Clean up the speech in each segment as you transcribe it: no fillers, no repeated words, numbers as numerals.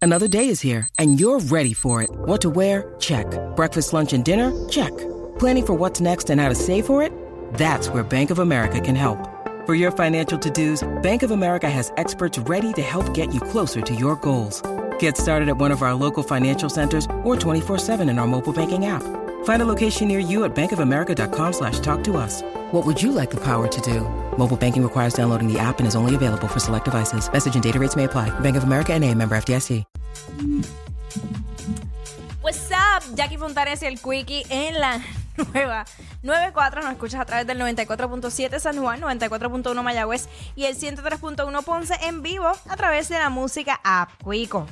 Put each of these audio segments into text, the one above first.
Another day is here, and you're ready for it. What to wear? Check. Breakfast, lunch, and dinner? Check. Planning for what's next and how to save for it? That's where Bank of America can help. For your financial to-dos, Bank of America has experts ready to help get you closer to your goals. Get started at one of our local financial centers or 24/7 in our mobile banking app. Find a location near you at bankofamerica.com/talktous. What would you like the power to do? Mobile banking requires downloading the app and is only available for select devices. Message and data rates may apply. Bank of America N.A., member FDIC. What's up? Jackie Fontanes y el Quickie en la nueva 94. Nos escuchas a través del 94.7 San Juan, 94.1 Mayagüez y el 103.1 Ponce en vivo a través de la música app Quico.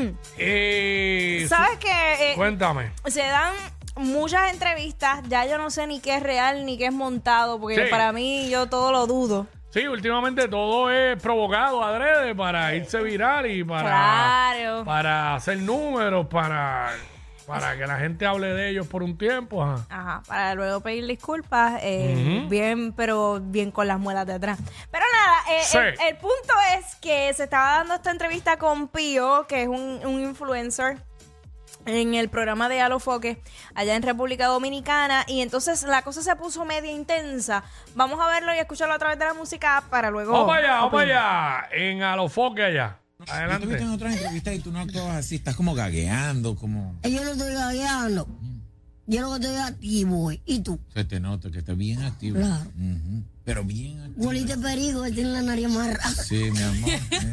¿Sabes qué? Cuéntame. Se dan muchas entrevistas. Ya yo no sé ni qué es real ni qué es montado, porque Sí. para mí yo todo lo dudo. Sí, últimamente todo es provocado adrede para irse viral y Claro. para hacer números, para que la gente hable de ellos por un tiempo. Ajá. Ajá, para luego pedir disculpas, bien, pero bien con las muelas de atrás. Pero nada, Sí. el punto es que se estaba dando esta entrevista con Pío, que es un influencer, en el programa de Alofoque, allá en República Dominicana, y entonces la cosa se puso media intensa. Vamos a verlo y escucharlo a través de la música para luego... Vamos para allá, en Alofoque allá. Yo te he Adelante. visto en otras entrevistas y tú no actúas así, estás como gagueando, como... Yo no estoy gagueando. Yo lo que estoy activo. ¿Y tú? Se te nota que estás bien activo. Claro. Ujú. Pero bien activo. Bolita perico, que tiene la nariz amarrada. Sí, mi amor.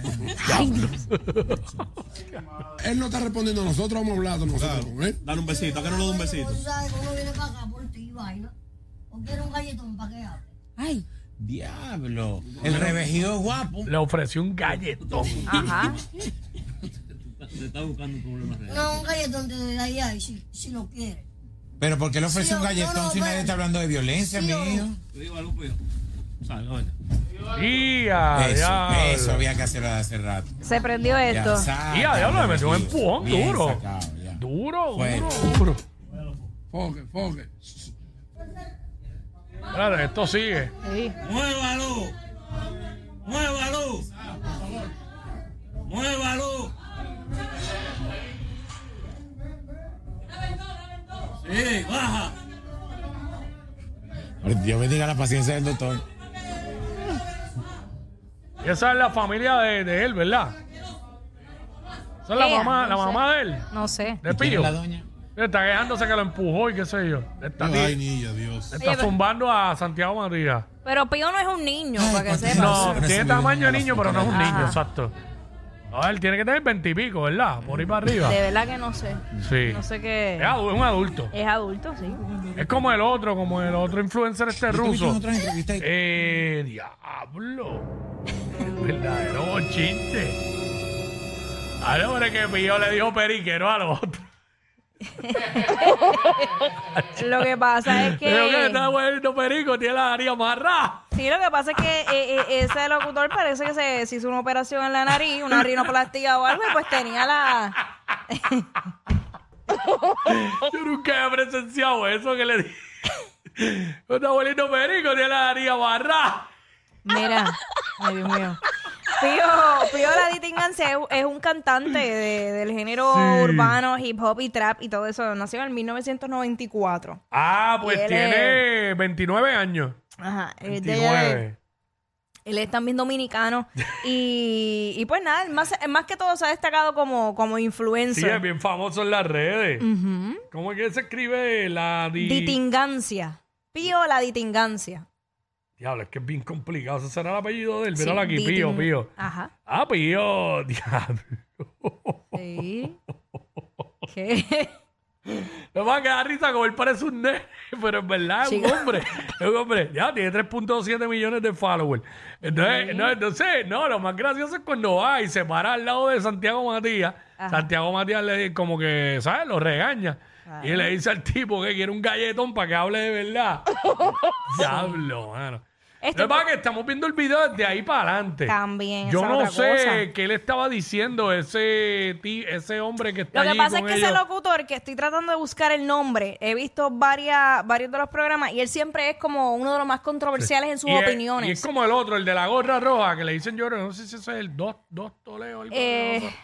Él no está respondiendo a nosotros, vamos a hablar de nosotros con él. Dale un besito, ¿a qué no le doy un besito? Tú sabes que uno viene para acá por ti y vaina. ¿O quiere un galletón para que hable? Ay, Diablo. El revejido es guapo. Le ofreció un galletón. ajá. Te está buscando un problema real. No, un galletón te doy ahí si lo quiere. Pero ¿por qué le ofrece Sí, un galletón no, si nadie está hablando de violencia, Sí, mi o- hijo? Te digo algo, pues. Salga, venga. Eso había que hacerlo de hace rato. Se prendió esto. Diablo, le metió un empujón Bien duro. sacado, ya. Duro, Fuerte. duro. Foque. Espérate, esto sigue. Sí. ¡Muévalo! ¡Muévalo! ¡Muévalo! Sí, baja. Dios bendiga la paciencia del doctor. Y esa es la familia de él, ¿verdad? Esa es la Ella, mamá, no la sé. mamá de él. No sé. De ¿Y quién Pío. es la doña? Está quejándose que lo empujó y qué sé yo. Está, Ay, niña, Dios. está Oye, zumbando a Santiago Matías. Pero Pío no es un niño, Ay, para que ¿cuántos sepa. No, Pero tiene se tamaño de me niño, pero no es un Ajá. niño, exacto. A ver, tiene que tener 20 y pico, ¿verdad? Por ir para arriba. De verdad que no sé. Sí. No sé qué. Es un adulto. Es adulto, sí. Es como el otro influencer Yo te he visto ruso. en otras entrevistas y Diablo. El verdadero bochinche. A lo hombre que Pío le dijo periquero al otro. Lo que pasa es Creo que que... está bueno perico, tiene la nariz amarrada. Sí, lo que pasa es que ese locutor parece que se hizo una operación en la nariz, una rinoplastia o algo, y pues tenía la... Yo nunca he presenciado eso que le dije. Un abuelito perico tiene la nariz amarrada. Mira, ay Dios mío. Pío La Ditingancia es un cantante del género Sí. urbano, hip hop y trap y todo eso. Nació en 1994. Ah, Y pues él tiene 29 años. Ajá. Él 29. es también dominicano. Y pues nada, más que todo se ha destacado como Sí, influencer. es bien famoso en las redes. ¿Cómo es que se escribe la Ditingancia. Pío La Ditingancia. Diablo, es que es bien complicado. Ese será el apellido de él. Sí, Míralo aquí, Pío, Ditin- Pío. Ajá. Ah, Pío. Diablo. Sí. ¿Qué? Me va a quedar risa como él parece un nene, pero en verdad es un Chico. hombre. Es un hombre. Ya tiene 3.7 millones de followers. Entonces, lo más gracioso es cuando va y se para al lado de Santiago Matías. Ajá. Santiago Matías le como que, ¿sabes? Lo regaña. Ajá. Y le dice al tipo que quiere un galletón para que hable de verdad. Diablo, mano. Lo que pasa es que estamos viendo el video desde ahí para adelante. También, Yo esa no otra sé cosa. qué le estaba diciendo ese hombre que está Lo que allí pasa es con que ellos. ese locutor, que estoy tratando de buscar el nombre, he visto varios de los programas y él siempre es como uno de los más controversiales en sus opiniones. Y es como el otro, el de la gorra roja, que le dicen yo, no sé si ese es el dos Toledo. Algo de eso.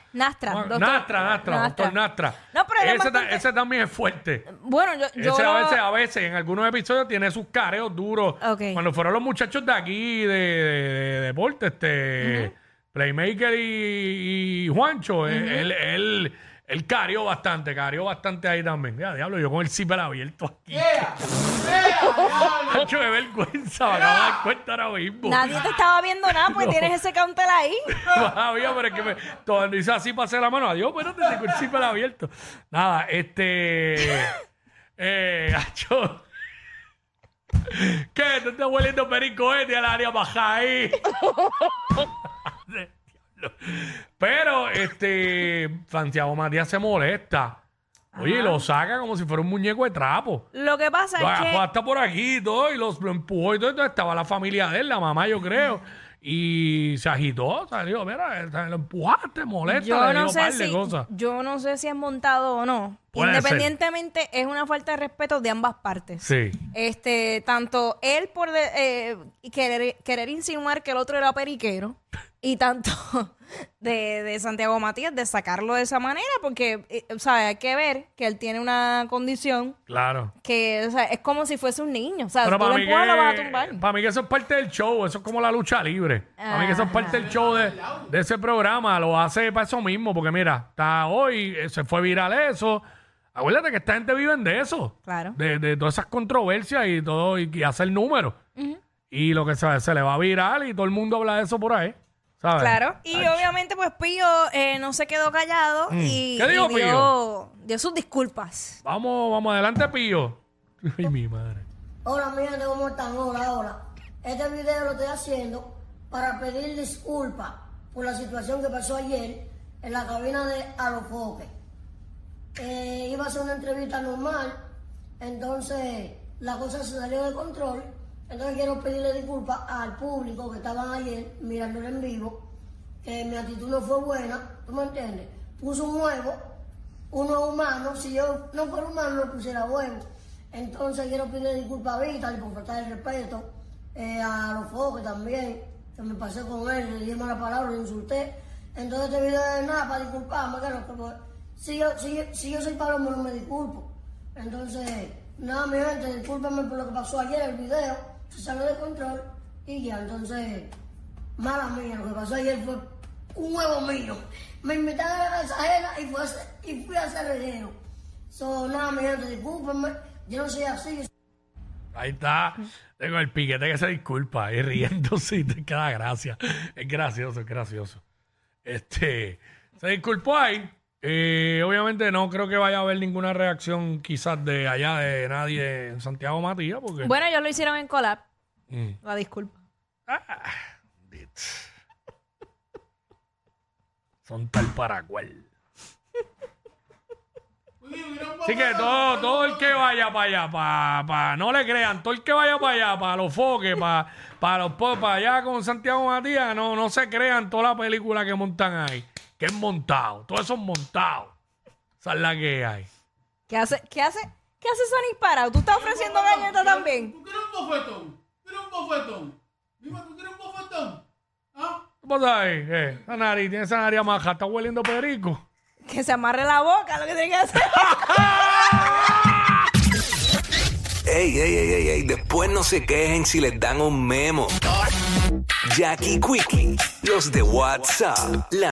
Nastra. Doctor Nastra. No, pero él es bastante- ese también es fuerte. Bueno, yo Ese a veces, en algunos episodios tiene sus careos duros. Ok. Cuando fueron los muchachos de aquí, de deporte, Playmaker y Juancho, él careó bastante ahí también. Ya, diablo, yo con el zipper abierto aquí. Juancho, qué vergüenza, me acabo de dar cuenta ahora mismo. Nadie te estaba viendo nada, pues tienes ese counter ahí. Todavía, pero es que cuando hice así pasé la mano, adiós, espérate, tengo el zipper abierto. Nada, Hacho. ¿Qué? ¿Tú estás hueliendo perico al área baja ahí? Pero, Santiago Matías se molesta. Oye, lo saca como si fuera un muñeco de trapo. Lo que pasa Lo es que... agarró hasta por aquí y todo, y lo empujó y todo. Entonces estaba la familia de él, la mamá, yo creo. Y se agitó, salió, mira, lo empujaste, molesta, le dio un par de cosas. Yo no sé si es montado o no. Puede Independientemente, es una falta de respeto de ambas partes. Sí. Tanto él por querer insinuar que el otro era periquero, y tanto de Santiago Matías de sacarlo de esa manera, porque, hay que ver que él tiene una condición Claro. que, es como si fuese un niño. O sea, Pero tú lo empujas, lo vas a tumbar. para mí que eso es parte del show, eso es como la lucha libre. Para mí que eso es parte del show de ese programa, lo hace para eso mismo, porque mira, está hoy, se fue viral eso. Acuérdate que esta gente vive de eso. Claro. De todas esas controversias y todo, y hacer números. Y lo que se le va a viral y todo el mundo habla de eso por ahí. ¿Sabes? Claro, y obviamente pues Pío no se quedó callado y, ¿Qué dijo Pío? dio sus disculpas. Vamos adelante, Pío. Ay, mi madre. Hola, mi gente, ¿cómo están? Hola. Este video lo estoy haciendo para pedir disculpas por la situación que pasó ayer en la cabina de Alofoque. Iba a hacer una entrevista normal, entonces la cosa se salió de control. Entonces quiero pedirle disculpas al público que estaban ayer mirándolo en vivo, que mi actitud no fue buena, ¿tú me entiendes? Puso un huevo, uno humano, si yo no fuera humano no pusiera huevo. Entonces quiero pedirle disculpas a Vital por faltar el respeto, a los foques también, que me pasé con él, le dije mala palabra, le insulté. Entonces este video es nada para disculparme, si yo soy palomo no me disculpo. Entonces, nada, mi gente, discúlpame por lo que pasó ayer, el video se salió de control y ya, entonces, mala mía, lo que pasó ayer fue un huevo mío. Me invitaron a la casa ajena y fui a hacer relleno. Nada, mi gente, discúlpenme, yo no soy así. Ahí está. Tengo el piquete que se disculpa y riéndose y te queda gracia. Es gracioso. Se disculpó ahí. Obviamente no creo que vaya a haber ninguna reacción quizás de allá de nadie en Santiago Matías porque... Bueno, ellos lo hicieron en collab. La disculpa. Son tal para cual. Así que todo el que vaya para allá, no le crean, todo el que vaya para allá, para los foques, para allá con Santiago Matías, no se crean toda la película que montan ahí. Que es montado, todo eso es montado. Esa es la que hay. ¿Qué hace Sonic Parado? ¿Tú estás ofreciendo galletas también? ¿Tú quieres un bofetón? Dime, ¿tú quieres un bofetón? ¿Ah? ¿Qué pasa ahí? Esa nariz, tiene esa nariz maja, está hueliendo perico. Que se amarre la boca, lo que tiene que hacer. Ey, después no se quejen si les dan un memo. Jackie Quickie, los de WhatsApp.